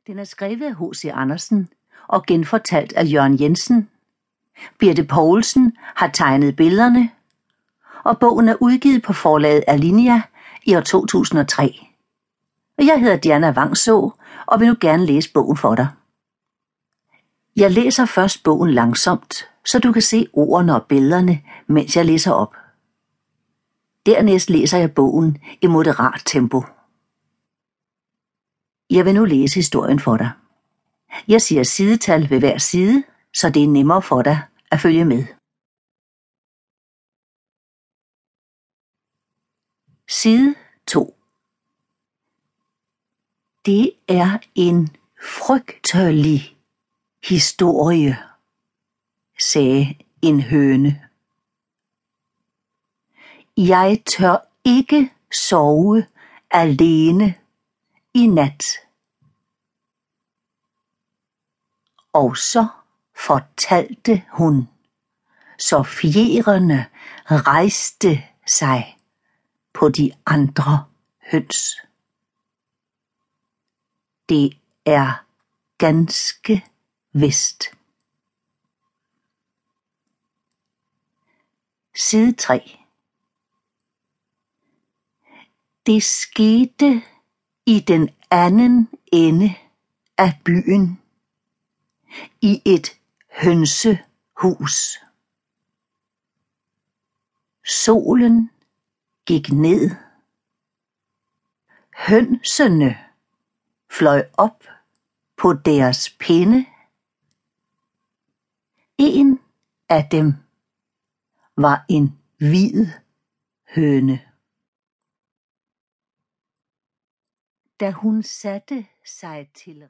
Den er skrevet af H.C. Andersen og genfortalt af Jørgen Jensen. Birte Poulsen har tegnet billederne, og bogen er udgivet på forlaget Alinea i år 2003. Jeg hedder Diana Vangså og vil nu gerne læse bogen for dig. Jeg læser først bogen langsomt, så du kan se ordene og billederne, mens jeg læser op. Dernæst læser jeg bogen i moderat tempo. Jeg vil nu læse historien for dig. Jeg siger sidetal ved hver side, så det er nemmere for dig at følge med. Side 2. Det er en frygtelig historie, sagde en høne. Jeg tør ikke sove alene i nat. Og så fortalte hun, så fjerene rejste sig på de andre høns. Det er ganske vist. Side 3. Det skete i den anden ende af byen, i et hønsehus. Solen gik ned. Hønsene fløj op på deres pinde. En af dem var en hvid høne. Da hun satte sig til